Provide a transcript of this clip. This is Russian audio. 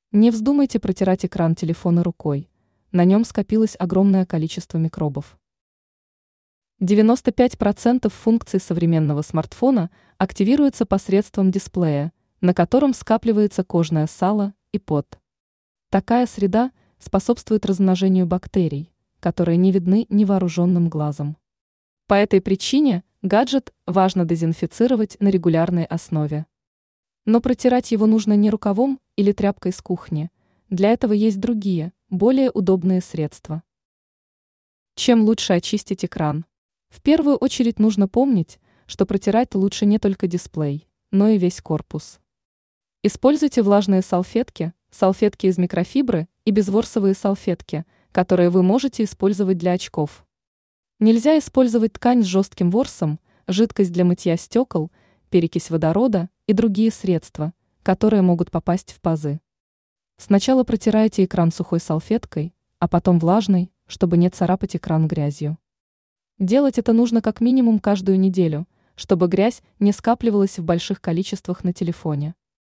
Не вздумайте протирать экран телефона рукой. На нем скопилось огромное количество микробов. 95% функций современного смартфона активируются посредством дисплея, на котором скапливается кожное сало и пот. Такая среда способствует размножению бактерий, которые не видны невооруженным глазом. По этой причине гаджет важно дезинфицировать на регулярной основе. Но протирать его нужно не рукавом или тряпкой с кухни. Для этого есть другие, более удобные средства. Чем лучше очистить экран? В первую очередь нужно помнить, что протирать лучше не только дисплей, но и весь корпус. Используйте влажные салфетки, салфетки из микрофибры и безворсовые салфетки, которые вы можете использовать для очков. Нельзя использовать ткань с жестким ворсом, жидкость для мытья стекол, перекись водорода и другие средства, которые могут попасть в пазы. Сначала протирайте экран сухой салфеткой, а потом влажной, чтобы не царапать экран грязью. Делать это нужно как минимум каждую неделю, чтобы грязь не скапливалась в больших количествах на телефоне.